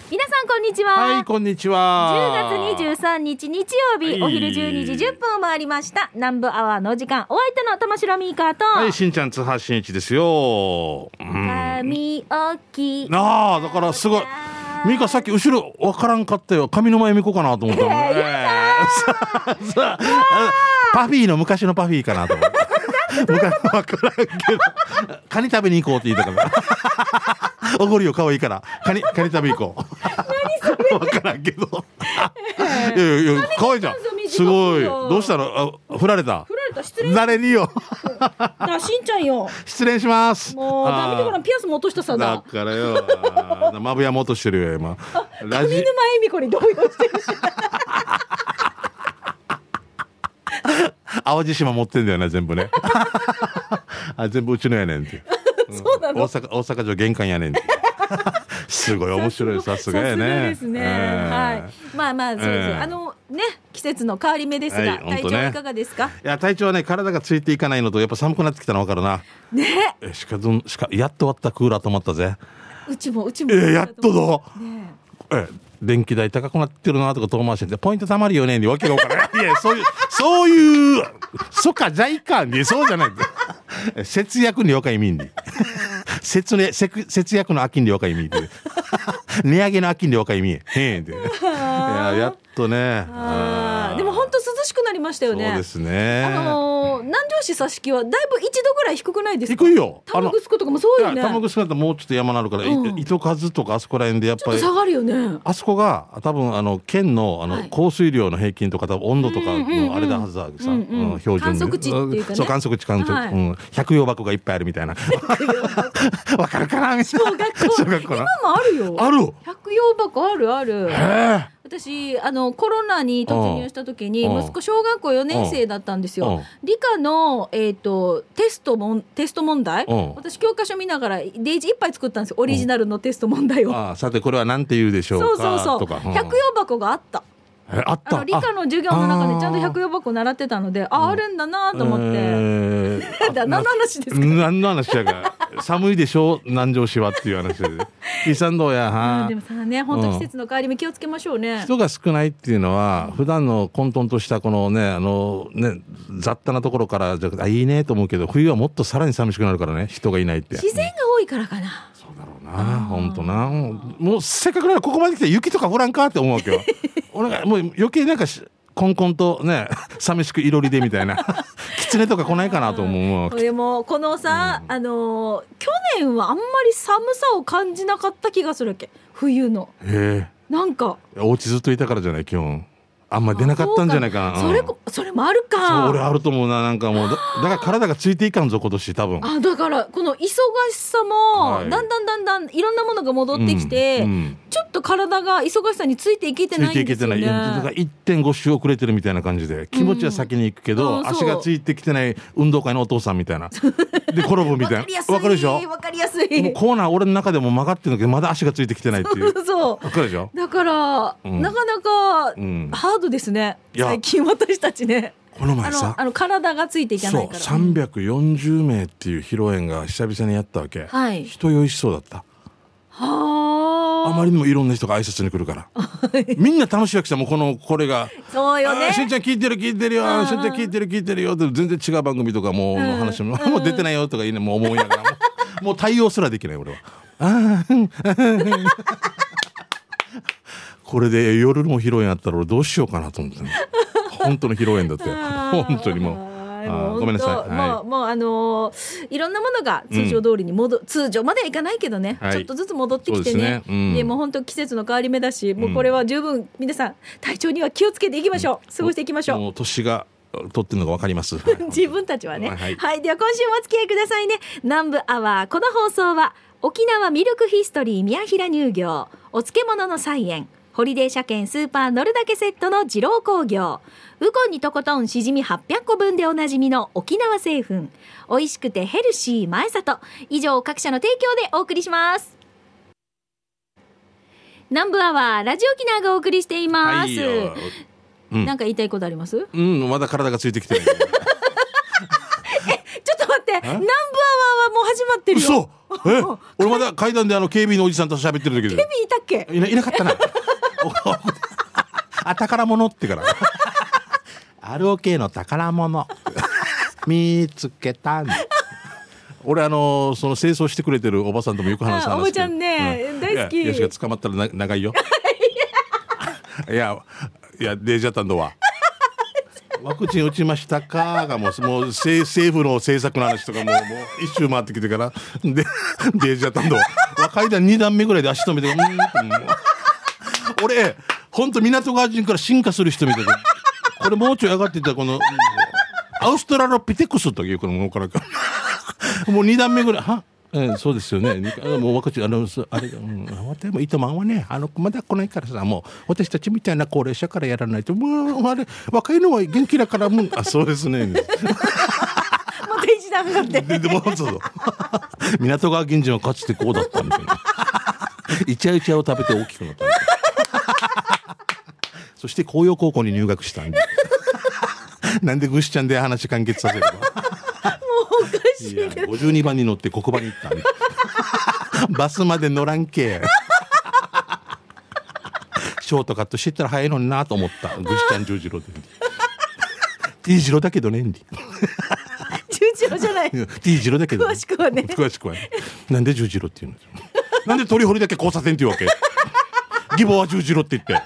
皆さんこんにちは。 はい、こんにちは。 10月23日日曜日、お昼12時10分を回りました。南部アワーの時間、お相手の玉城ミーカーと、 はい、しんちゃん津波しんいちですよ。 髪置きああ、だからすごい。ミーカさっき後ろわからんかったよ。上沼恵美子かなと思ったの。パフィーの昔のパフィーかなと思って。わからんけど、カニ食べに行こうって言いたから。おごりよ、可愛いから。カニ食べに行こう。何それ。わからんけど。いや可愛いじゃん。すごい。どうしたの？振られた。 失礼。 誰によ。 しんちゃんよ。 失礼します。 もうダメだからピアスも落としたさだ。 だからよ。まぶやも落としてるよ今。 上沼恵美子に動揺してるし。 淡路島持ってんだよね全部ね。あ、全部うちのやねんって。 そうなの。 大阪城玄関やねんって。すごい面白い、さすがやね。 さすがですね。はい。まあそうです。ね、季節の変わり目ですが、体調はいかがですか？ いや、体調はね、体がついていかないのと、やっぱ寒くなってきたの分かるな。 ね。 しかやっと終わった。クーラー止まったぜ。 うちも。 やっとどう？ね。電気代高くなってるなとか遠回しでポイント貯まるよねにわけが分からない。いや、そういうそっかじゃいかんにそうじゃない。節約にわかいみんに。節約の秋にわかいみんで。値上げの秋にわかいみん。やっとね。 でも本当涼しくなりましたよね。 そうですね。 南城市佐敷はだいぶ1度ぐらい低くないですか？ 低いよ。 玉城とかもそうよね。 玉城だともうちょっと山なるから、糸数とかあそこら辺でやっぱりちょっと下がるよね。 あそこが多分県の降水量の平均とか多分温度とかのあれだはずだけさ、標準観測値っていうかね。 そう観測値百葉箱がいっぱいあるみたいな。わかるかな？小学校今もあるよ。 ある。 百葉箱ある。私コロナに突入した時に息子小学校4年生だったんですよ。理科のテスト問題、私教科書見ながらデージいっぱい作ったんですよ、オリジナルのテスト問題を。 さてこれは何て言うでしょうか。 そう百葉箱があった。理科の授業の中でちゃんと百葉箱習ってたので、あるんだなと思って。何の話ですか？ 何の話だか。寒いでしょ南城市はっていう話で。イさんどうや。 でもさね、本当季節の変わり目気をつけましょうね。 人が少ないっていうのは普段の混沌としたこのね雑多なところからいいねと思うけど、冬はもっとさらに寂しくなるからね、人がいないって。 自然が多いからかな。 そうだろうな、本当な。もうせっかくならここまで来て雪とか降らんかって思うわけよ。俺がもう余計なんかコンコンとね寂しくいろりでみたいな狐とか来ないかなと思う。 でもこのさ、去年はあんまり寒さを感じなかった気がするわけ、冬の。なんかお家ずっといたからじゃない、基本あんまり出なかったんじゃないかな。 それもあるか。 そう、俺あると思うな。なんかもうだから体がついていかんぞ今年多分。 だからこの忙しさもだんだんいろんなものが戻ってきて、ちょっと体が忙しさについていけてないんですよね。 だから 1.5 週遅れてるみたいな感じで、気持ちは先に行くけど、足がついてきてない運動会のお父さんみたいなで転ぶみたいな。わかるでしょ。 わかりやすい。 もうコーナー俺の中でも曲がってるんだけど、まだ足がついてきてないっていう。 そうわかるでしょ。 だから、なかなかハードですね、最近私たちね。 この前さ体がついていかないから。 そう340名っていう披露宴が久々にやったわけ、人酔いしそうだった。あまりにもいろんな人が挨拶に来るからみんな楽しいわけさ。もうこれがそうよね。 しんちゃん聞いてるよ、しんちゃん聞いてるよって全然違う番組とかもうの話ももう出てないよとかいいね、もう思いながらもう対応すらできない俺は。これで夜も披露宴あったら俺どうしようかなと思ってね。本当の披露宴だって本当にもう。ごめんなさい。 もういろんなものが通常通りに通常まではいかないけどね、ちょっとずつ戻ってきてね。でも本当季節の変わり目だし、もうこれは十分皆さん体調には気をつけていきましょう。過ごしていきましょう。 もう年が取ってるのが分かります。 自分たちはね。はい、では今週もお付き合いくださいね。南部アワー、この放送は沖縄ミルクヒストリー宮平乳業、お漬物の菜園、ホリデー車検スーパー乗るだけセットの二郎工業、ウコンにとことんしじみ800個分でおなじみの沖縄製粉、美味しくてヘルシー前里、以上各社の提供でお送りします。南部アワー、ラジオ沖縄がお送りしています。なんか言いたいことあります？ まだ体がついてきてない。 ちょっと待って、南部アワーはもう始まってるよ。 嘘。 俺まだ階段で警備のおじさんと喋ってる時で。 警備いたっけ？ いなかったな。宝物ってから。ROK の宝物見つけたん。俺その清掃してくれてるおばさんともよく話す話。 おばちゃんね、大好き。 いや捕まったら長いよ。いやデージャタンドは。ワクチン打ちましたかがもう政府の政策の話とかもう一周回ってきてからでデージャタンド若い段2段目ぐらいで足止めて俺本当港川人から進化する人みたいな。これもうちょい上がっていったらこのアウストラロピテクスというこのものからかもう2段目ぐらいは、そうですよね。もうワクチンあれ、でもいいとまんはねまだ来ないからさ、もう私たちみたいな高齢者からやらないともうあれ若いのは元気だからもうそうですね。もう定時ダメだって。 でもそう港川銀次はかつてこうだったんですよね。イチャイチャを食べて大きくなったんですよ。そして紅葉高校に入学したんでなんでぐしちゃんで話完結させるかもうおかしいけど 52番に乗って黒板に行ったんでバスまで乗らんけショートカットしてたら早いのになと思ったぐしちゃん十字路で T 字路だけどねんり十字路じゃない T 字路だけど、 詳しくはね詳しくはなんで十字路っていうのなんで鳥堀だけ交差点っていうわけ義母は十字路って言って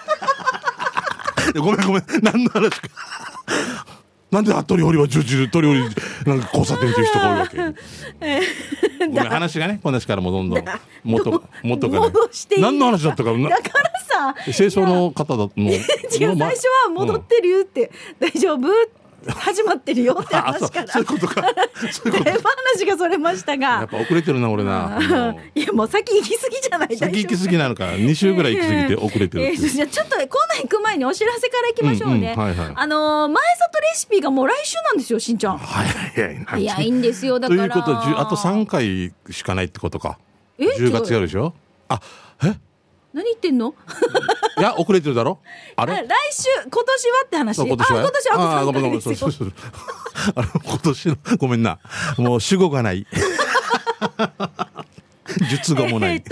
ごめん何の話かなんで鳥堀は鳥堀なんか交差点っていう人が多いわけごめん話がねこんなしからもどんどん元がね戻していい何の話だったかだからさ清掃の方だの違う最初は戻ってるよって、大丈夫始まってるよって話からそういうことかそういうこと話がそれましたがやっぱ遅れてるな俺な。 いやもう先行き過ぎじゃない。 先行き過ぎなのか2週ぐらい行き過ぎて遅れてるじゃあちょっとコーナー行く前にお知らせから行きましょうね。 はいはい、 前里レシピがもう来週なんですよしんちゃん。早いんですよだから。 ということはあと3回しかないってことか。10月やるでしょ。 何言ってんのいや遅れてるだろあれ来週今年はって話。 今年はあと3回ですよ。 今年のごめんなもう主語がない術語もない。 10月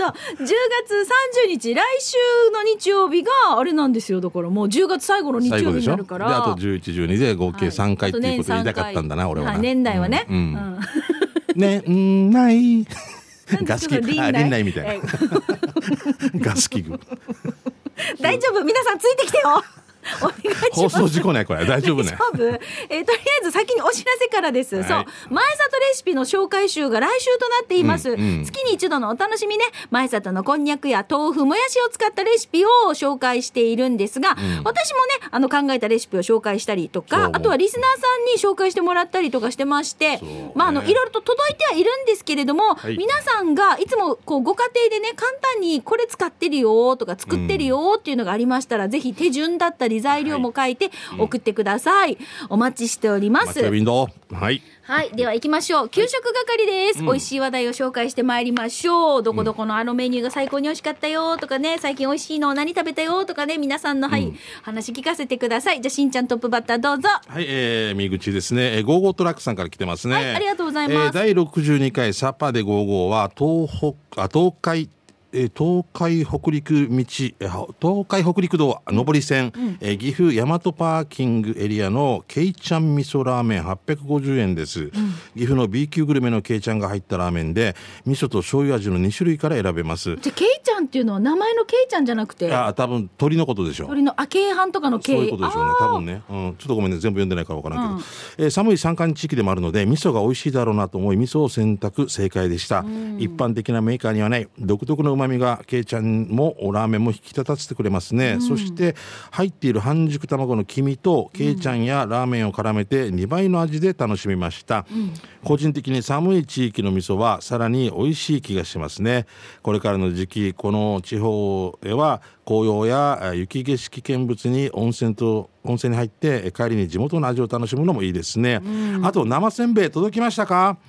30日来週の日曜日があれなんですよ。だからもう10月最後の日曜日になるから。 であと11、12で合計3回っていうこと言いたかったんだな、俺はな。 年内はね。 年内ガス器具林内みたいなガス器具大丈夫皆さんついてきてよお願いします。 放送事故ねこれ大丈夫ね。 とりあえず先にお知らせからです、はい、そう前里レシピの紹介集が来週となっています、月に一度のお楽しみね。前里のこんにゃくや豆腐もやしを使ったレシピを紹介しているんですが、私もね考えたレシピを紹介したりとか、あとはリスナーさんに紹介してもらったりとかしてまして、いろいろと届いてはいるんですけれども、皆さんがいつもご家庭でね簡単にこれ使ってるよとか作ってるよっていうのがありましたら、ぜひ手順だったり材料も書いて送ってください、お待ちしております。はい、では行きましょう。給食係です、美味しい話題を紹介してまいりましょう。どこどこのメニューが最高に美味しかったよとかね、最近美味しいのを何食べたよとかね、皆さんの、話聞かせてください。じゃあしんちゃんトップバッターどうぞ。 はい、三口ですね。ゴーゴートラックさんから来てますね。 はい、ありがとうございます。 第62回サッパーでゴーゴーは東海北陸道上り線、岐阜大和パーキングエリアのけいちゃん味噌ラーメン850円です、岐阜の B 級グルメのけいちゃんが入ったラーメンで味噌と醤油味の2種類から選べます。 じゃけいちゃんっていうのは名前のけいちゃんじゃなくて、 多分鳥のことでしょう。 鳥の京阪とかのけい、 そういうことでしょうね多分ね、ちょっとごめんね全部読んでないから分からんけど、寒い山間地域でもあるので味噌が美味しいだろうなと思い味噌を選択、正解でした、一般的なメーカーにはない独特の旨味がけいちゃんもラーメンも引き立たせてくれますね、そして入っている半熟卵の黄身とけいちゃんやラーメンを絡めて2倍の味で楽しみました、個人的に寒い地域の味噌はさらに美味しい気がしますね。これからの時期この地方へは紅葉や雪景色見物に温泉に入って帰りに地元の味を楽しむのもいいですね、あと生せんべい届きましたか？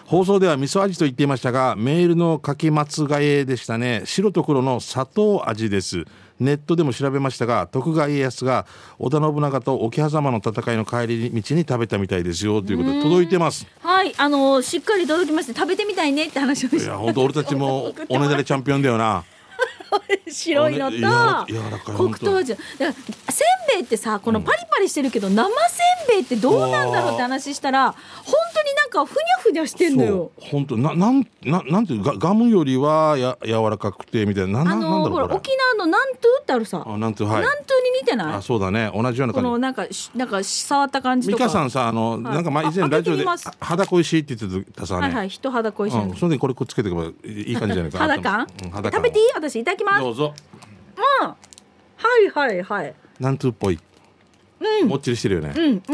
放送では味噌味と言っていましたが、メールの書き間違えでしたね。白と黒の砂糖味です。ネットでも調べましたが、徳川家康が織田信長と桶狭間の戦いの帰り道に食べたみたいですよということで届いてます。 はい、しっかり届きまして、食べてみたいねって話をして。いや本当俺たちもおねだりチャンピオンだよな。 白いのと黒糖味。せんべいってさ、このパリパリしてるけど、生せんべいってどうなんだろうって話したら、本当になんかふにゃふにゃしてんのよ。 本当なんていうガムよりは柔らかくてみたいな。なんだろう、 ほら沖縄の南東ってあるさ。 南東、 はい、南東に似てない？ そうだね、同じような感じ。 このなんか触った感じとか。 美香さんさ、なんか以前ラジオで肌恋しいって言ってたさね。 はいはい、人肌恋しい。 それでこれくっつけていけばいい感じじゃないか。 肌感？食べていい？私いただきます。 どうぞ。 はいはいはい。 南東っぽい。もっちりしてるよね。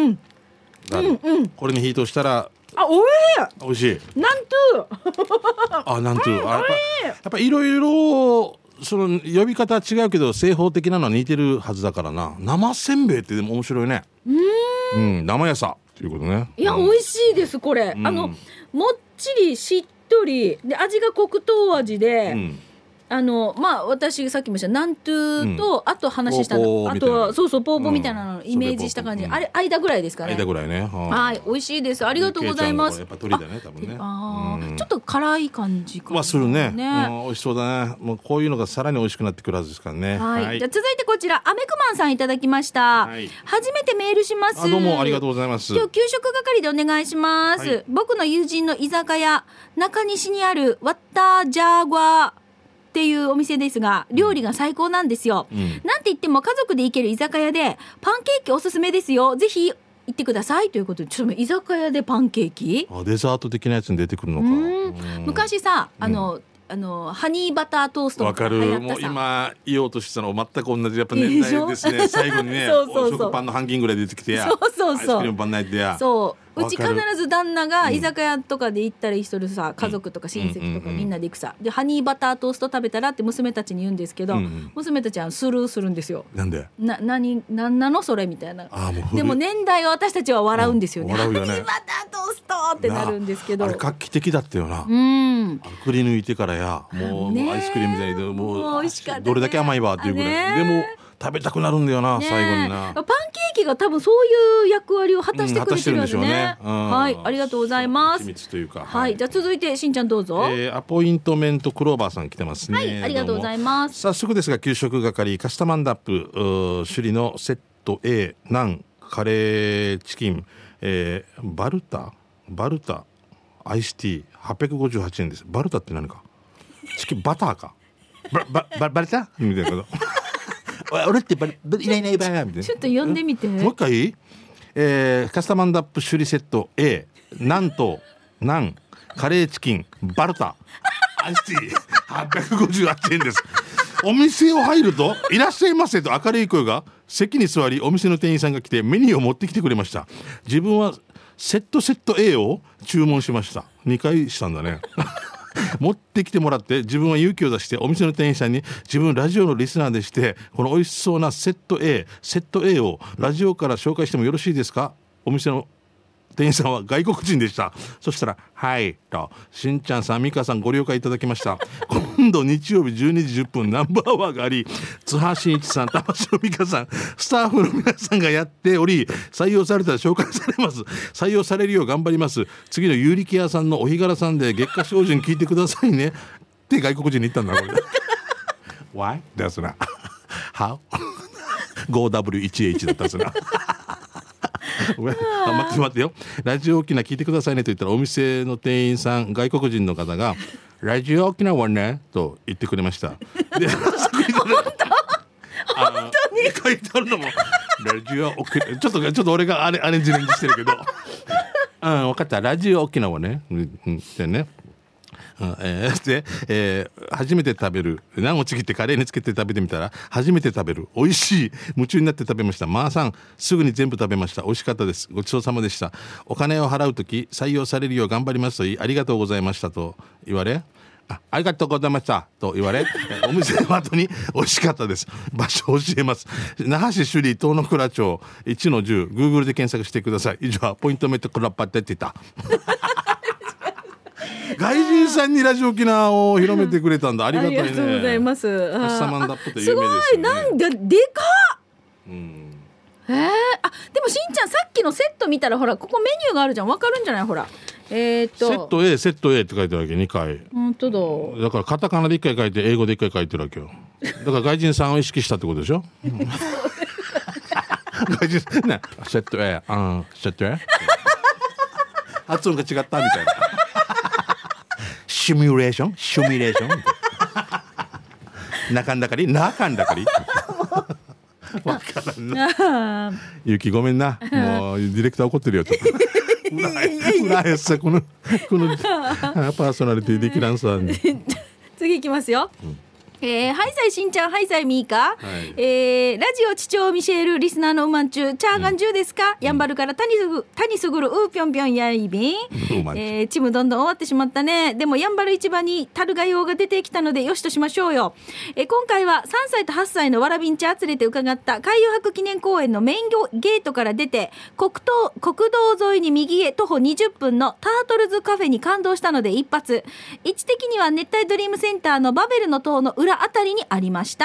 これに火通したら。おいしい。 南東。 南東。やっぱいろいろその呼び方は違うけど正方的なのは似てるはずだからな。生せんべいってでも面白いね。生やさということね。 いや、美味しいですこれ。もっちりしっとりで、味が黒糖味で。私さっきも言った南東と、あと話したの、あとはそうポーポみたいなのをイメージした感じ、あれ間ぐらいですかね。 間ぐらいね。 はい、美味しいです。ありがとうございます。 やっぱ鳥だね、多分ね。 ちょっと辛い感じかするね。美味しそうだね。もうこういうのがさらに美味しくなってくるはずですからね。 はい。じゃあ続いてこちらアメクマンさんいただきました。初めてメールします。 どうもありがとうございます。 今日給食係でお願いします。僕の友人の居酒屋中西にあるワッタージャーガーっていうお店ですが、料理が最高なんですよ。なんて言っても家族で行ける居酒屋でパンケーキおすすめですよ。ぜひ行ってくださいということで、ちょっと居酒屋でパンケーキ、 デザート的なやつに出てくるのか。 昔さ、ハニーバタートーストとか流行ったさ。わかる。 もう今言おうとしたの全く同じやっぱ年代ですね。最後にね食パンの半斤ぐらい出てきてや、アイスクリームパンないでや。うち必ず旦那が居酒屋とかで行ったりするさ、家族とか親戚とかみんなで行くさ、でハニーバタートースト食べたらって娘たちに言うんですけど、娘たちはスルーするんですよ。 なんでなんなのそれみたいな。でも年代は私たちは笑うんですよね。ハニーバタートーストってなるんですけど、 あれ画期的だったよな。くり抜いてからやもうアイスクリームみたいで、もう美味しかったね。どれだけ甘いわっていうぐらいでも食べたくなるんだよな、最後にな。 パンケーキが多分そういう役割を果たしてくれてるんですね。はい、ありがとうございます。 秘密というか。 はい、じゃあ続いてしんちゃんどうぞ。 アポイントメントクローバーさん来てますね。 はい、ありがとうございます。 早速ですが、給食係カスタマンダップ首里のセット A ナンカレーチキン、バルタアイスティー858円です。バルタって何か、チキンバターかバルタみたいなこと俺っていないばーみたいな。 ちょっと呼んでみて。 もう一回、カスタマンダップ首里セット A なんとナンカレーチキンバルタアイスティー858円です。お店を入るといらっしゃいませと明るい声が。席に座り、お店の店員さんが来てメニューを持ってきてくれました。自分はセット A を注文しました。2回したんだね持ってきてもらって、自分は勇気を出してお店の店員さんに、自分ラジオのリスナーでして、この美味しそうなセット A をラジオから紹介してもよろしいですか。お店の店員さんは外国人でした。そしたらはいと、しんちゃんさん、みかさんご了解いただきました。今度日曜日12時10分ナンバーアワーがあり、津波真一さん、玉城美香さん、スタッフの皆さんがやっており、採用されたら紹介されます。採用されるよう頑張ります。次の有力屋さんのお日柄さんで月下精進聞いてくださいねって外国人に言ったんだこれWhy? ですなHow? 5W1H だったんですな待ってよ。ラジオ沖縄聞いてくださいねと言ったら、お店の店員さん、外国人の方がラジオ沖縄はねと言ってくれました。で本当に書いてあるのもラジオ沖縄、ちょっと俺がアレンジしてるけど分かった、ラジオ沖縄はね、ってね、初めて食べるナンをちぎってカレーにつけて食べてみたら、初めて食べる美味しい、夢中になって食べました。まーさんすぐに全部食べました。美味しかったです。ごちそうさまでした。お金を払うとき採用されるよう頑張りますと言い、ありがとうございましたと言われ、ありがとうございましたと言われ、お店の後に美味しかったです。場所を教えます。那覇市首里東野倉町 1-10 Google で検索してください。以上、ポイントメントクラッパって言ってた外人さんにラジオ沖縄を広めてくれたんだ。ありがたいね。 ありがとうございます。 カッサマンダップってす有名ですよね。 ごい、なんだ、でかっ。 うん、 あ、でもしんちゃんさっきのセット見たらほらここメニューがあるじゃん。わかるんじゃない？ほらセット A セット A って書いてるわけ2回。 本当だ。だからカタカナで1回書いて英語で1回書いてるわけよ。だから外人さんを意識したってことでしょ。外人さんね、セット A、セット A 発音が違ったみたいな。シミュレーション中んだかりわからんな。ゆきごめんな、もうディレクター怒ってるよ。ちょっと裏やさこのパーソナリティできらんさ。 次いきますよ。ハイサイしんちゃん、ハイサイミーカ、ラジオ地長ミシェルリスナーのうまんちゅうチャーガン中ですか、やんばるから谷すぐるうぴょんぴょんやいびん、チムどんどん終わってしまったね。でもやんばる市場にタルガ用が出てきたのでよしとしましょうよ。今回は3歳と8歳のわらびんちゃ連れて伺った海洋博記念公園のメインゲートから出て国道沿いに右へ徒歩20分のタートルズカフェに感動したので一発。位置的には熱帯ドリームセンターのバベルの塔の裏あたりにありました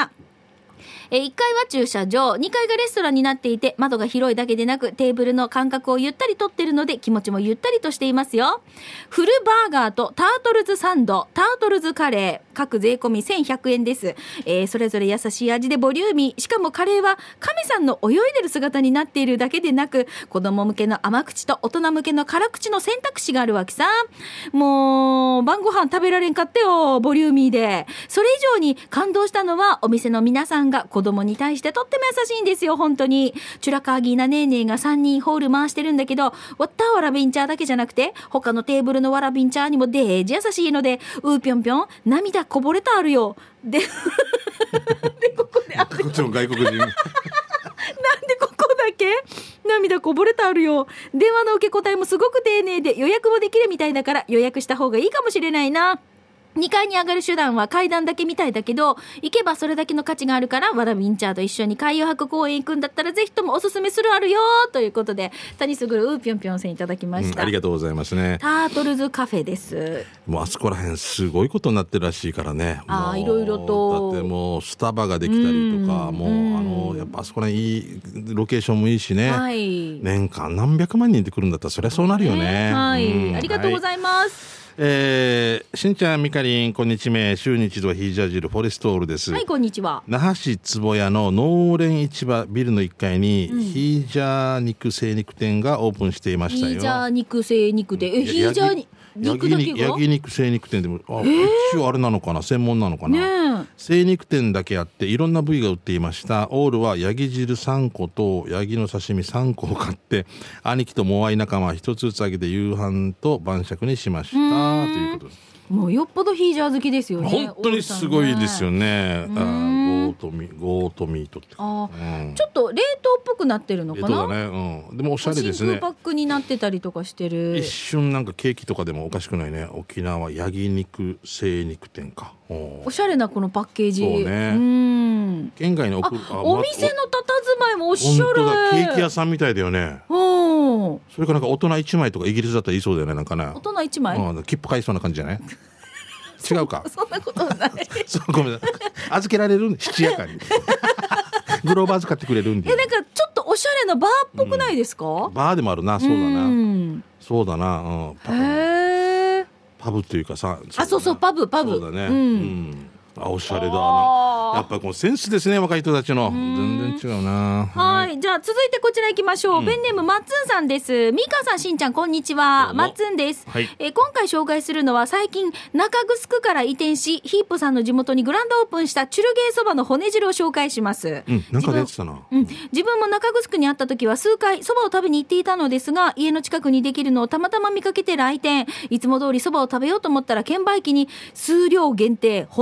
。1階は駐車場、2階がレストランになっていて、窓が広いだけでなくテーブルの間隔をゆったりとっているので気持ちもゆったりとしていますよ。フルバーガーとタートルズサンド、タートルズカレー、各税込み1100円です。それぞれ優しい味でボリューミー。しかもカレーは亀さんの泳いでる姿になっているだけでなく、子供向けの甘口と大人向けの辛口の選択肢があるわけさ。もう晩ご飯食べられんかったよ、ボリューミーで。それ以上に感動したのはお店の皆さんが子供に対してとっても優しいんですよ。本当にチュラカーギーなネーネーが3人ホール回してるんだけど、わったわらびんちゃーだけじゃなくて他のテーブルのわらびんちゃーにもデージ優しいので、うーぴょんぴょん涙こぼれたあるよでここでこっちも外国人なんでここだけ涙こぼれたあるよ。電話の受け答えもすごく丁寧で予約もできるみたいだから予約した方がいいかもしれないな。2階に上がる手段は階段だけみたいだけど、行けばそれだけの価値があるから、わらびんちゃーと一緒に海洋博公園行くんだったらぜひともおすすめするあるよということで、谷すぐるうーぴょんぴょんさんいただきました、 ありがとうございますね。 タートルズカフェです。 もうあそこら辺すごいことになってるらしいからね。 いろいろとだってもうスタバができたりとか、もうやっぱあそこら辺いいロケーションもいいしね、はい、年間何百万人で来るんだったらそりゃそうなるよね、 はい、ありがとうございます、 しんちゃんみかりんこんにちめ、週に一度ヒージャー汁フォレストールです。 はい、こんにちは。 那覇市坪谷の農連市場ビルの1階に、ヒージャー肉精肉店がオープンしていましたよ。 ヒージャー肉精肉店、ヒージャー肉だけが焼肉精肉店でも一応あれなのかな、専門なのかな、精肉店だけあっていろんな部位が売っていました。オールはヤギ汁3個とヤギの刺身3個を買って兄貴とモアイ仲間1つずつあげて夕飯と晩酌にしましたということです。 もうよっぽどヒージャー好きですよね。 本当にすごいですよね。ゴートミートって、ちょっと冷凍っぽくなってるのかな。 冷凍だね、でもおしゃれですね。 真空パックになってたりとかしてる。 一瞬なんかケーキとかでもおかしくないね。沖縄ヤギ肉精肉店か。 おしゃれなこのパッケージ。 そうね。県外に送る。 お店の佇まいもおしゃれ。 本当だ、ケーキ屋さんみたいだよね。それからなんか大人1枚とかイギリスだったらいいそうだよね。なんかね、大人1枚、 切符買いそうな感じじゃない？違うか。 そんなことないそうごめんなさい。預けられるんで七夜間にグローバー預かってくれるんで。 なんかちょっとおしゃれなバーっぽくないですか？ バーでもあるな。そうだな、そうだな、パブっていうかさ、 そうパブそうだね、おしゃれだな。やっぱりこのセンスですね、若い人たちの。全然違うな。 はい、じゃあ続いてこちら行きましょう。ペンネームマッツンさんです。ミカさん、しんちゃん、こんにちは。マッツンです、今回紹介するのは最近中城から移転しヒープさんの地元にグランドオープンしたチュルゲーそばの骨汁を紹介します。 なんか出てたな。 自分も中城にあった時は数回そばを食べに行っていたのですが、家の近くにできるのをたまたま見かけて来店。いつも通りそばを食べようと思ったら券売機に数量限定骨汁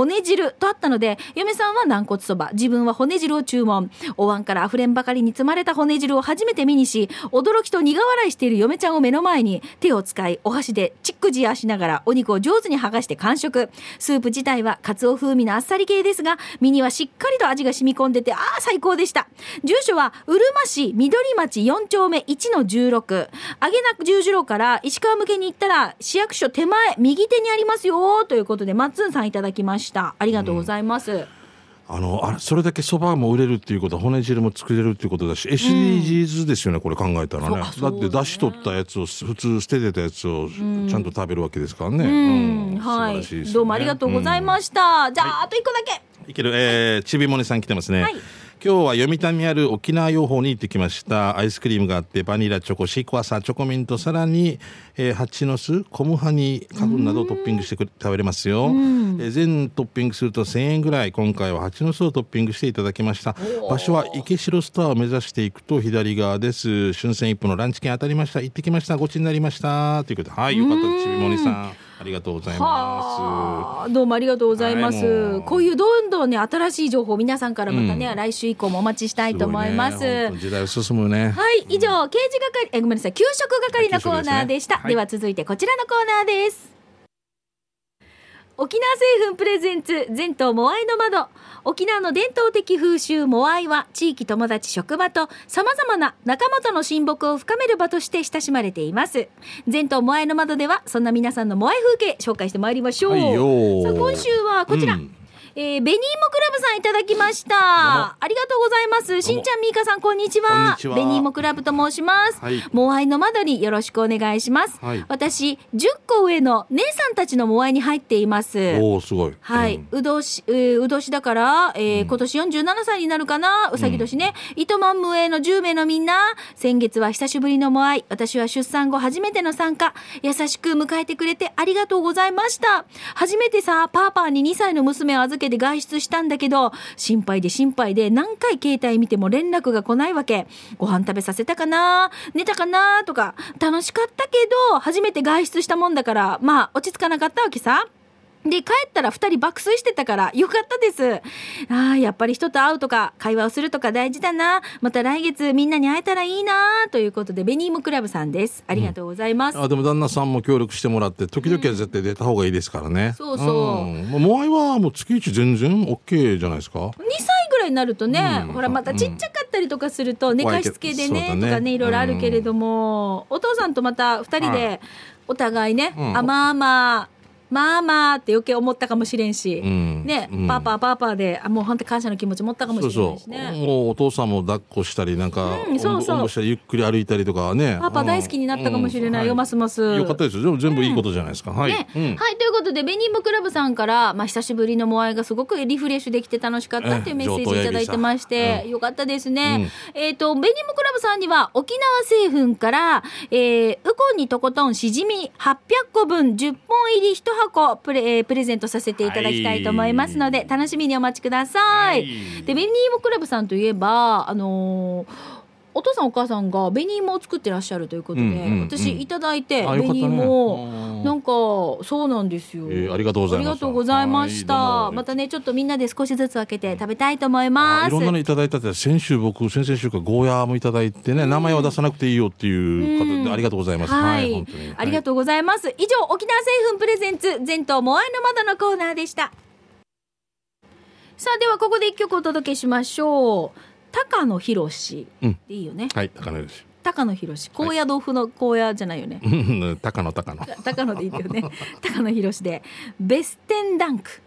汁とあったので、嫁さんは軟骨そば、自分は骨汁を注文。お椀からあふれんばかりに積まれた骨汁を初めて目にし、驚きと苦笑いしている嫁ちゃんを目の前に手を使い、お箸でチックジアしながらお肉を上手に剥がして完食。スープ自体はカツオ風味のあっさり系ですが、身にはしっかりと味が染み込んでて、最高でした。住所はうるま市緑町4丁目 1-16、揚げな十字路から石川向けに行ったら市役所手前右手にありますよということで、マッツンさんいただきました。ありがとうございます。 それだけそばも売れるっていうことは骨汁も作れるっていうことだし、SDGs ですよね、これ考えたらね。だって出し取ったやつを普通捨ててたやつをちゃんと食べるわけですからね。 はい、 素晴らしいですよね。 どうもありがとうございました。じゃあ、あと1個だけいける。ちびもねさん来てますね。今日は読谷にある沖縄養蜂に行ってきました。アイスクリームがあって、バニラチョコ、シークワーサー、チョコミント、さらに、蜂の巣、コムハニ花粉などをトッピングして食べれますよ。全トッピングすると1000円ぐらい。今回は蜂の巣をトッピングしていただきました。場所は池城スターを目指していくと左側です。春戦一歩のランチ券当たりました。行ってきました。ごちになりました。ということで、はい、よかったです。ちびもねさん。ありがとうございます。 どうもありがとうございます。こういうどんどんね、新しい情報皆さんからまたね、来週以降もお待ちしたいと思います。 時代を進むね。 はい、以上、刑事係、ごめんなさい、給食係のコーナーでした。では続いてこちらのコーナーです。沖縄製粉プレゼンツ全島モアイの窓。沖縄の伝統的風習モアイは地域、友達、職場と様々な仲間との親睦を深める場として親しまれています。全島モアイの窓ではそんな皆さんのモアイ風景紹介してまいりましょう。さあ今週はこちら、ベニーモクラブさんいただきました。ありがとうございます。しんちゃん、みーかさん、こんにちは。ベニーモクラブと申します。モアイの窓によろしくお願いします。私、10個上の姉さんたちのモアイに入っています。 おー、すごい。 はい。う年だから、今年47歳になるかな。うさぎ年ね。糸満無栄の10名のみんな、先月は久しぶりのモアイ。私は出産後初めての参加。優しく迎えてくれてありがとうございました。初めてさ、パーパーに2歳の娘を預けで外出したんだけど、心配で何回携帯見ても連絡が来ないわけ。ご飯食べさせたかな、寝たかなとか、楽しかったけど初めて外出したもんだから、まあ落ち着かなかったわけさ。で、帰ったら2人爆睡してたからよかったです。やっぱり人と会うとか会話をするとか大事だな。また来月みんなに会えたらいいなということで、ベニームクラブさんです。ありがとうございます。 でも旦那さんも協力してもらって、時々は絶対出た方がいいですからね。 そうそう。 モアイはもう月1全然 OK じゃないですか。 2歳ぐらいになるとね、ほらまたちっちゃかったりとかすると寝かしつけでね、とかね、いろいろあるけれども、お父さんとまた2人でお互いね、ママって余計思ったかもしれんし、ね、パパでもう本当感謝の気持ち持ったかもしれないしね。 もうお父さんも抱っこしたりなんか、おんぶしたりゆっくり歩いたりとかね。 パパ大好きになったかもしれないよ、ますます。 よかったですよ。全部いいことじゃないですか。はい。はい、 ということで、ベニームクラブさんから、久しぶりのモアイがすごくリフレッシュできて楽しかったっていうメッセージいただいてまして、よかったですね。ベニームクラブさんには沖縄製粉から、ウコンにとことんしじみ800個分10本入り1箱プレゼントさせていただきたいと思いますので、楽しみにお待ちください。で、ベニームクラブさんといえば、お父さんお母さんがベニーモを作ってらっしゃるということで、私いただいて、ベニーモなんかそうなんですよ。 ありがとうございます。 ありがとうございました。またね、ちょっとみんなで少しずつ分けて食べたいと思います。 いろんなのいただいたって、先々週かゴーヤーもいただいてね、名前は出さなくていいよっていう方でありがとうございます。 はい、本当にありがとうございます。以上、沖縄製粉プレゼンツ全島モアイの窓のコーナーでした。さあ、ではここで一曲お届けしましょう。高野博士でいいよね。 はい、高野博士。 高野博士、高野豆腐の高野じゃないよね。 高野でいいよね。高野博士でベステンダンク。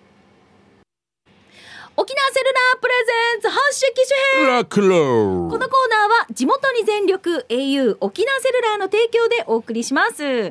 沖縄セルラープレゼンツ発射機種編。このコーナーは地元に全力 au 沖縄セルラーの提供でお送りします。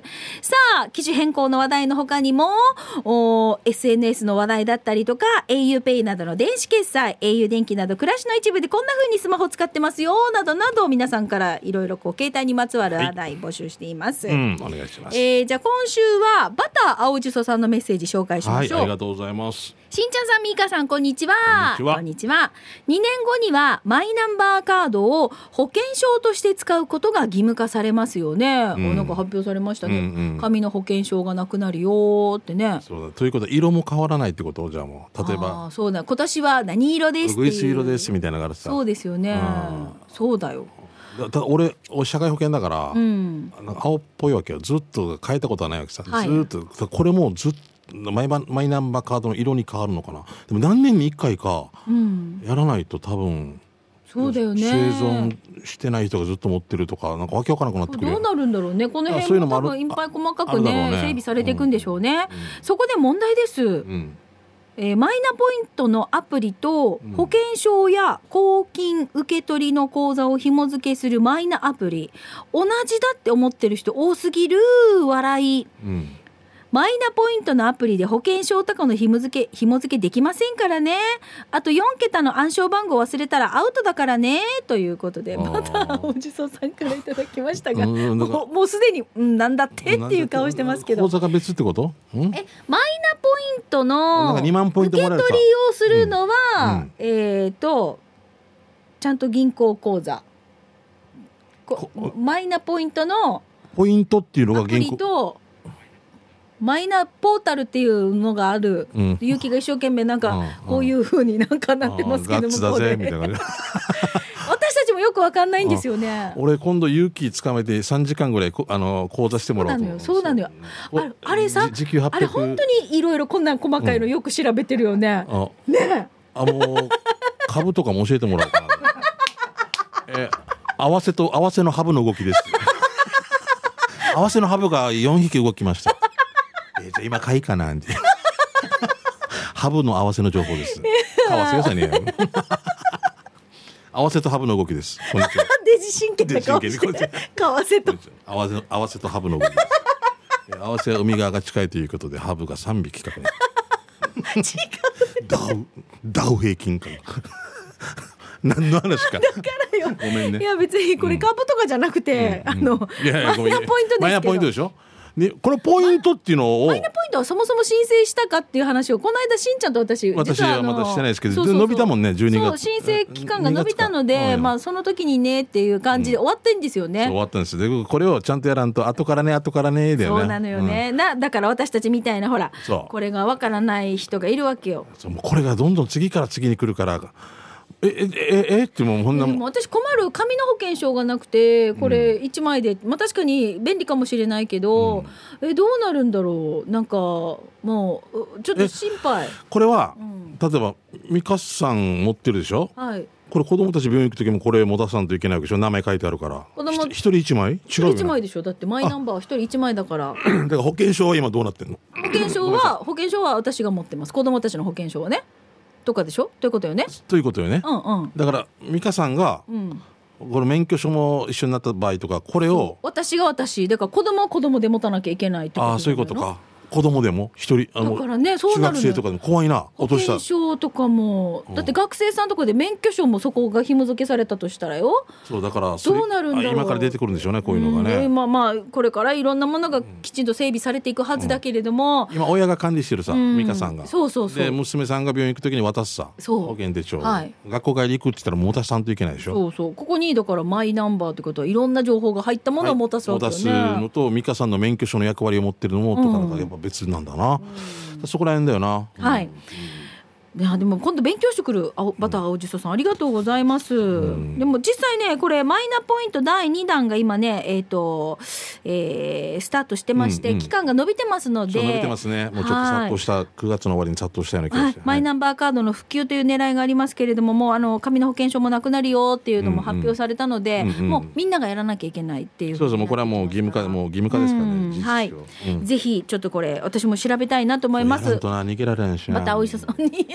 さあ、機種変更の話題の他にもSNS の話題だったりとか auPay などの電子決済、au 電気など暮らしの一部でこんな風にスマホ使ってますよなどなど、皆さんからいろいろ携帯にまつわる話題募集しています。 お願いします。 じゃあ今週はバター青じそさんのメッセージ紹介しましょう。 はい、ありがとうございます。 しんちゃんさん、みーかさん、こんにちは。 こんにちは。 2年後にはマイナンバーカードを保険証として使うことが義務化されますよね。なんか発表されましたね。紙の保険証がなくなるよってね。 そうだ。ということは色も変わらないってこと？じゃあもう例えば。 そうだ。今年は何色ですっていう。 ウグイス色ですみたいなのがあるさ。 そうですよね。そうだよ。 だ俺社会保険だから、青っぽいわけよ。ずっと変えたことはないわけさ。はい、ずっとこれもずっとマイナンバーカードの色に変わるのかな。でも何年に1回かやらないと多分、 そうだよね、 生存してない人がずっと持ってるとか、なんかわけわからなくなってくる。 どうなるんだろうね。この辺も多分いっぱい細かくね整備されていくんでしょうね。そこで問題です。マイナポイントのアプリと保険証や公金受け取りの口座を紐付けするマイナアプリ、同じだって思ってる人多すぎる。笑い。マイナポイントのアプリで保険証とかの紐付けできませんからね。あと4桁の暗証番号忘れたらアウトだからね、ということで、またおじそさんからいただきましたが、もうすでになんだってっていう顔してますけど。 口座が別ってこと？ マイナポイントの受け取りをするのは、ちゃんと銀行口座、マイナポイントのポイントっていうのが銀行アプリとマイナポータルっていうのがある。ゆうきが一生懸命なんかこういう風になんかなってますけども、 ガッツだぜみたいな私たちもよくわかんないんですよね。 俺今度ゆうきつかめて3時間ぐらい講座してもらおうと思う。 そうなのよ。あれさ、 時給800。 あれ本当にいろいろこんな細かいのよく調べてるよね。ね。 もう株とかも教えてもらおうかな。合わせのハブの動きです。合わせのハブが4匹動きました。じゃあ今買いかなハブの合わせの情報です。合わせやさね合わせとハブの動きです。こんにちは。 デジ神経な顔して合わせと合わせとハブの動きです。合わせは海側が近いということでハブが3匹確認。 違う。ダウ平均感。何の話か。 だからよ。 ごめんね。 いや別にこれ株とかじゃなくて、マイナポイントですけど。 マイナポイントでしょ。ね、このポイントっていうのをマイナポイントはそもそも申請したかっていう話をこの間しんちゃんと私はまだしてないですけど、伸びたもんね。12月そう申請期間が伸びたので、その時にねっていう感じで終わってんですよね。 終わったんです。でこれをちゃんとやらんと後からねだよね。 そうなのよね。だから私たちみたいなほらこれがわからない人がいるわけよ。 そうこれがどんどん次から次に来るから。ってもうこんなもん。 私困る。紙の保険証がなくてこれ1枚で、確かに便利かもしれないけど、どうなるんだろう。なんかもうちょっと心配。 これは、例えばミカさん持ってるでしょ。はい。これ子供たち病院行く時もこれ持たさんといけないわけでしょ。名前書いてあるから一人1枚違うよね。1 枚でしょ。だってマイナンバーは1人1枚だからだから保険証は今どうなってんの。 保険証は私が持ってます。子供たちの保険証はねとかでしょ。ということよね。 ということよね。だから美香さんが、この免許証も一緒になった場合とかこれを私だから子供は子供で持たなきゃいけないってこと。 そういうことか。子供でも一人だからね、そうなるのよ。 中学生とかでも怖いな。 保険証とかもだって学生さんとかで免許証もそこが紐付けされたとしたらよ。 そうだからどうなるんだろう。 今から出てくるんでしょうね、こういうのがね。 これからいろんなものがきちんと整備されていくはずだけれども、 今親が管理してるさ、美香さんがそうで娘さんが病院行く時に渡すさ保険手帳、学校帰り行くって言ったら持たさんといけないでしょ。そうここにだからマイナンバーってことはいろんな情報が入ったものを持たすわけよね。 持たすのと美香さんの免許証の役割を持ってるのもとかなんかやっぱ別なんだな。そこら辺だよな。 はい。いやでも今度勉強してくるバター青じそさんありがとうございます。でも実際ねこれマイナポイント第2弾が今ねスタートしてまして、期間が伸びてますので。 伸びてますね。もうちょっと殺到した9月の終わりに殺到したような気がして、 マイナンバーカードの普及という狙いがありますけれども、もう紙の保険証もなくなるよっていうのも発表されたので、もうみんながやらなきゃいけないっていう。 そうもうこれはもう義務化ですからね。 はい。ぜひちょっとこれ私も調べたいなと思います。 逃げられないしな。 バター青じそさんに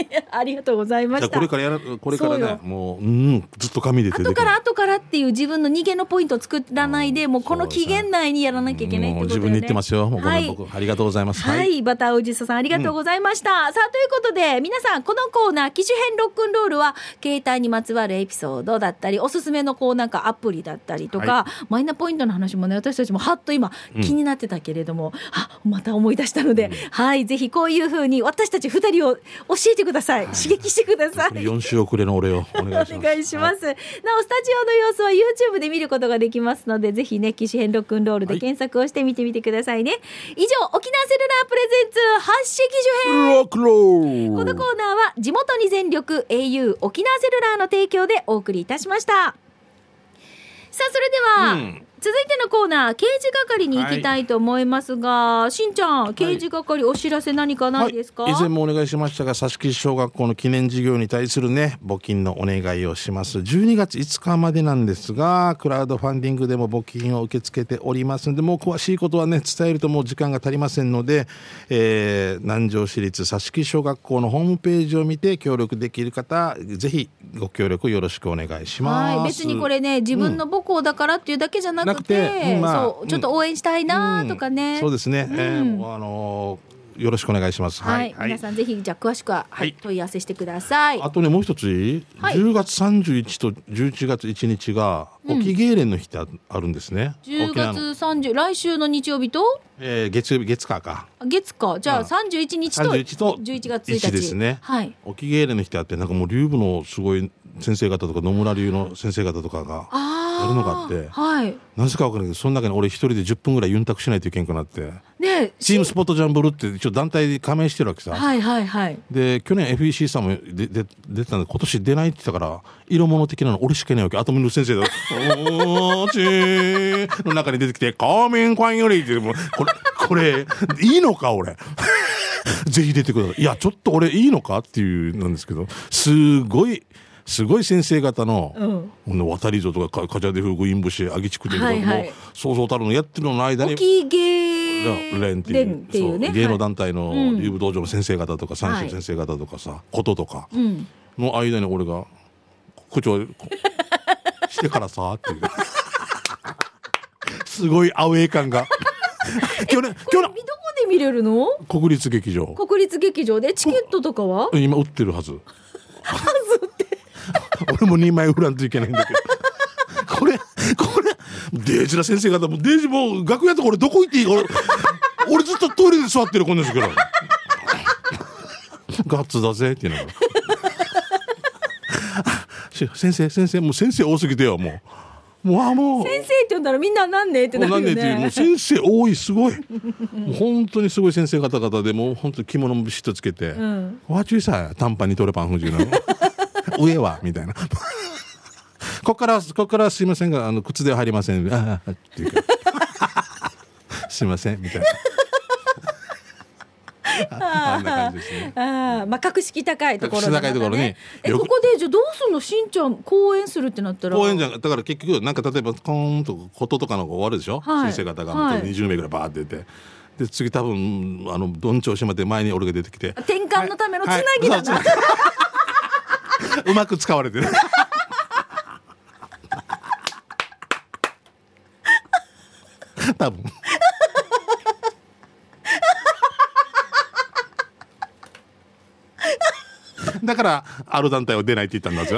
ありがとうございました。 これからね、もう、ずっと紙で手で後からっていう自分の逃げのポイントを作らないで、もうこの期限内にやらなきゃいけないってことで、ね、 自分に言ってますよ。もうごめん、僕ありがとうございます。 はい、バターおじさんありがとうございました。さあということで皆さん、このコーナー機種編ロックンロールは携帯にまつわるエピソードだったり、おすすめのこうなんかアプリだったりとか、マイナポイントの話もね、私たちもはっと今気になってたけれども、また思い出したので、はい、ぜひこういう風に私たち2人を教えてください、刺激してください。 4週遅れの俺をお願いします。 お願いします。なおスタジオの様子は YouTube で見ることができますので、ぜひね、機種編ロックンロールで検索をしてみてみてくださいね。以上、沖縄セルラープレゼンツ発信機種編ロックロール。 このコーナーは地元に全力 au 沖縄セルラーの提供でお送りいたしました。さあそれでは、続いてのコーナー、刑事係に行きたいと思いますが、しんちゃん、刑事係お知らせ何かないですか？ 以前もお願いしましたが、佐敷小学校の記念事業に対するね、募金のお願いをします。12月5日までなんですが、クラウドファンディングでも募金を受け付けておりますので、もう詳しいことはね、伝えるともう時間が足りませんので、南城市立佐敷小学校のホームページを見て協力できる方、ぜひご協力よろしくお願いします。 はい、別にこれね、自分の母校だからっていうだけじゃなくて、そうちょっと応援したいなとかね、 そうですね、よろしくお願いします。 はい、皆さんぜひじゃあ詳しくは、問い合わせしてください。 あとね、もう一つ10月31と11月1日が沖芸連の日ってあるんですね。 10月30、来週の日曜日と、 月曜日、月火か。 月火、じゃあ31日と11月1日ですね。 はい。 沖芸連の日ってあって、なんかもう流部のすごい先生方とか野村流の先生方とかがやるのがあって、なぜか分からないけど、その中に俺一人で10分ぐらいユンタクしないといけんくなって、チームスポットジャンブルって一応団体で加盟してるわけさ。で去年 FEC さんも出てたんで、今年出ないって言ったから、色物的なの俺しかいないわけ。あとみの先生だおーちーの中に出てきて公民館よりって、もうこれいいのか俺ぜひ出てください。いやちょっと俺いいのかっていうなんですけど、すごい先生方の、渡り像とかカジャデフグインブシアギチクテとかもそうそうたるのやってるの間に沖芸連っていうね、芸能団体の流部道場の先生方とか三種先生方とかさ、こととかの間に俺が口調してからさっていうすごいアウェー感が去年どこで見れるの？ 国立劇場でチケットとかは今売ってるはずって俺も2枚売らんといけないんだけどこれデージな先生方もデージもう楽屋とか俺どこ行っていいか俺ずっとトイレで座ってるこんですけどガッツだぜって言いながら先生もう先生多すぎてよもう先生って呼んだらみんななんねってなるよね。 もう先生多いすごいもう本当にすごい先生方々でもう本当に着物もビシッとつけて、わちゅいさ短パンにトレパン風なの上はみたいなここからすいませんが靴では入りませんっていうかすいませんみたいなあんな感じですね。 格式高いところだからね。こここでじゃあどうすんの？しんちゃん講演するってなったら講演じゃん。だから結局なんか例えばコーンとこととかの終わるでしょ、先生方が20名ぐらいバーって出て、で次多分どんちょうしまって前に俺が出てきて転換のためのつなぎだな、 うまく使われてる多分だからある団体は出ないって言ったんだぞ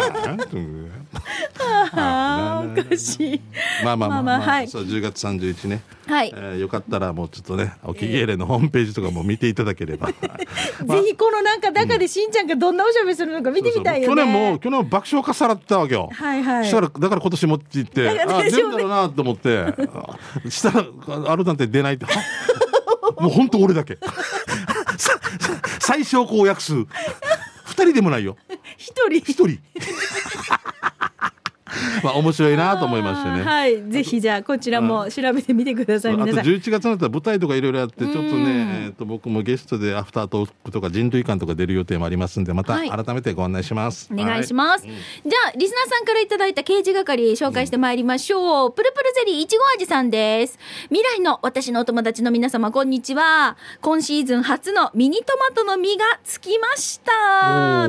おかしい。 まあ、そう10月31ね、よかったらもうちょっとね沖芸連のホームページとかも見ていただければ、ぜひこのなんか中でしんちゃんがどんなおしゃべりするのか見てみたいよね。 去年爆笑かさらってたわけよ。したらだから今年もって言って出るんだろうなと思ってしたらある団体出ないってもう本当俺だけ最小公約数2人でもないよ1人まあ面白いなと思いましてね。 はい、ぜひじゃあこちらも調べてみてください。 あと皆さん 11月になったら舞台とかいろいろやってちょっとね、僕もゲストでアフタートークとか人類館とか出る予定もありますんで、また改めてご案内します。 お願いします。じゃあリスナーさんからいただいた刑事係紹介してまいりましょう。プルプルゼリーいちご味さんです。未来の私のお友達の皆様こんにちは。今シーズン初のミニトマトの実がつきました。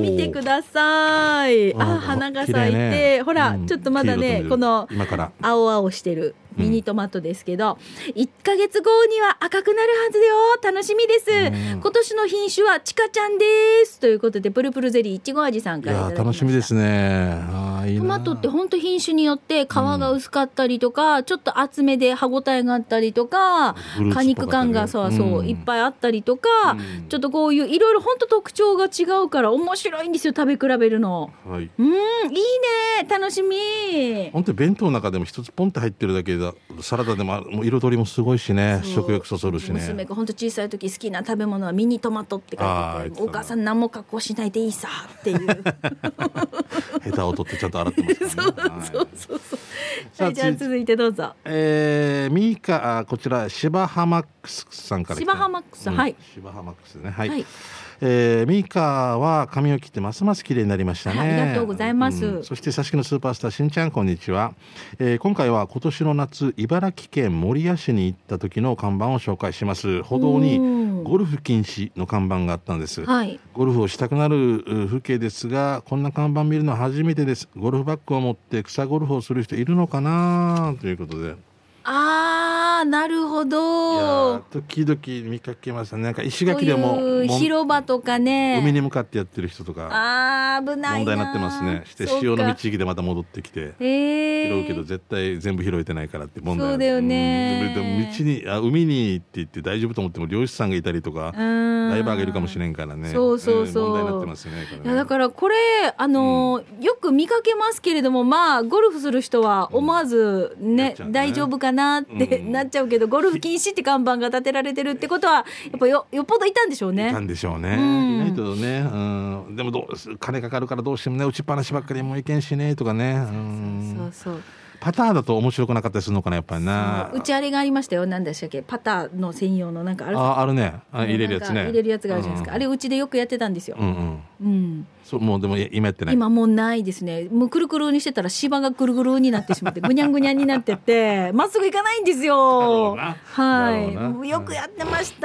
見てください。花が咲いて、ほら、ちょっとまだねこの青々してるミニトマトですけど、1ヶ月後には赤くなるはずよ。楽しみです。今年の品種はチカちゃんですということで、プルプルゼリーいちご味さんからいただきました。 楽しみですね。いいな。 トマトって本当品種によって皮が薄かったりとか、ちょっと厚めで歯ごたえがあったりとか、果肉感がいっぱいあったりとか、ちょっとこういういろいろ本当特徴が違うから面白いんですよ、食べ比べるの。いいね、楽しみ。 本当に弁当の中でも一つポンって入ってるだけでサラダでももう彩りもすごいしね、食欲そそるしね。 娘が本当小さい時好きな食べ物はミニトマトって書いてて、お母さん何も加工しないでいいさっていうヘタを取ってちゃんと洗ってますからね。 はい、じゃあ続いてどうぞ。 ミーカこちらシバハマックスさんから来た。 シバハマックス、はい、 シバハマックスね。はい、ミーカは髪を切ってますます綺麗になりましたね。 ありがとうございます。 そしてさしきのスーパースターしんちゃんこんにちは。今回は今年の夏茨城県守谷市に行った時の看板を紹介します。歩道にゴルフ禁止の看板があったんです。ゴルフをしたくなる風景ですが、こんな看板見るのは初めてです。ゴルフバッグを持って草ゴルフをする人いるのかなということで。 なるほど。 いや時々見かけましたね。なんか石垣でも広場とかね、 海に向かってやってる人とか危ないな、 問題になってますね。して潮の満ち引きでまた戻ってきて、拾うけど絶対全部拾えてないからって問題。 そうだよね。 でも道に海にって言って大丈夫と思っても漁師さんがいたりとかライバーがいるかもしれんからね。 そう問題になってますよね。 いやだからこれよく見かけますけれども、まあゴルフする人は思わずね、大丈夫かなってなっちゃうけど、ゴルフ禁止って看板が立てられてるってことはやっぱよっぽどいたんでしょうね。 いたんでしょうね。いないとね。でも金かかるからどうしてもね、打ちっぱなしばっかりもいけんしねとかね。そうパターだと面白くなかったりするのかな、やっぱりな。 うちあれがありましたよ。何でしたっけ、パターの専用のなんかあるね。入れるやつね。 入れるやつがあるじゃないですか。あれうちでよくやってたんですよ。 そうもうでも今やってない。 今もうないですね。もうくるくるにしてたら芝がぐるぐるになってしまってぐにゃんぐにゃんになってってまっすぐいかないんですよ。はい、よくやってました。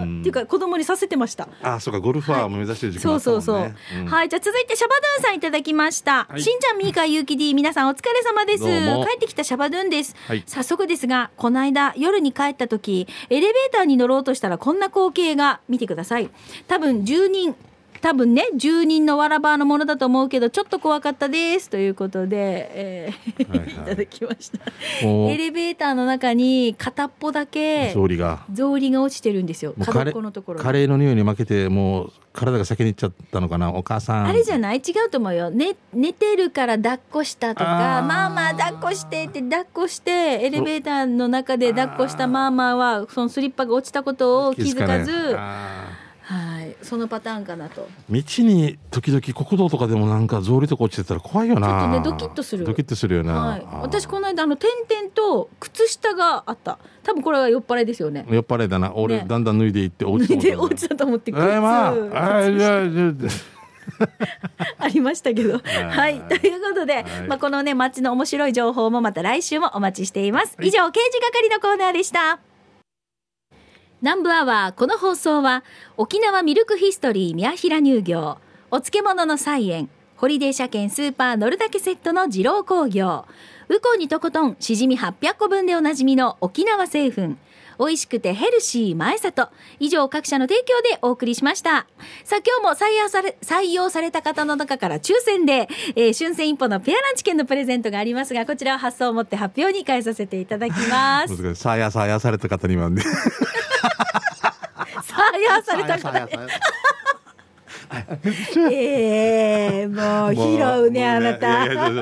っていうか子供にさせてました。 そうか、ゴルファーも目指してる時期もあったもんね。 そうはい、じゃあ続いてシャバドゥンさんいただきました。しんちゃん、みーか、ゆうき D、 皆さんお疲れ様です。帰ってきたシャバドゥンです。早速ですが、この間夜に帰った時エレベーターに乗ろうとしたらこんな光景が。見てください。多分ね10人のわらばのものだと思うけどちょっと怖かったですということで、いただきました。エレベーターの中に片っぽだけ草履が落ちてるんですよ。角っこのところカレーの匂いに負けてもう体が先に行っちゃったのかな、お母さん。 あれじゃない？違うと思うよ。寝てるから抱っこしたとか、ママ抱っこしてって抱っこして、エレベーターの中で抱っこしたママはそのスリッパが落ちたことを気づかず、はい、そのパターンかなと。 道に時々国道とかでもなんか草履とか落ちてたら怖いよな。 ちょっとねドキッとする。 ドキッとするよな。 私この間点々と靴下があった。多分これは酔っ払いですよね。 酔っ払いだな。俺、だんだん脱いでいって落ちたと思って靴ありましたけど、はい、ということで、このね街の面白い情報もまた来週もお待ちしています。以上、刑事係のコーナーでした。南部アワー、この放送は沖縄ミルクヒストリー宮平乳業、お漬物の菜園、ホリデー車検スーパー乗るだけセットの二郎工業、ウコンにとことんしじみ800個分でおなじみの沖縄製粉、美味しくてヘルシー前里、以上各社の提供でお送りしました。さあ、今日も採用された方の中から抽選で、春戦一歩のペアランチ券のプレゼントがありますが、こちらは発送をもって発表に変えさせていただきます。 採用された方にはね採用された方ねもう拾うね、あなた。いや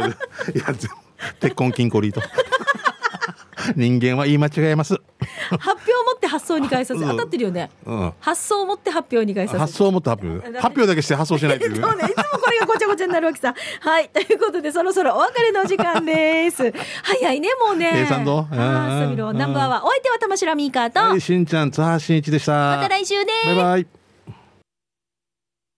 鉄痕金庫リート人間は言い間違えます。 発表をもって発想2回させ、当たってるよね、発想を持って発表2回させ、 発想を持って発表だけして発想しないというそうね、いつもこれがごちゃごちゃになるわけさ。はいということでそろそろお別れの時間です早いねもうね。 計算どナンバーはお相手は玉城ミーカーと、 しんちゃん津波真一でした。 また来週ね。 バイバイ。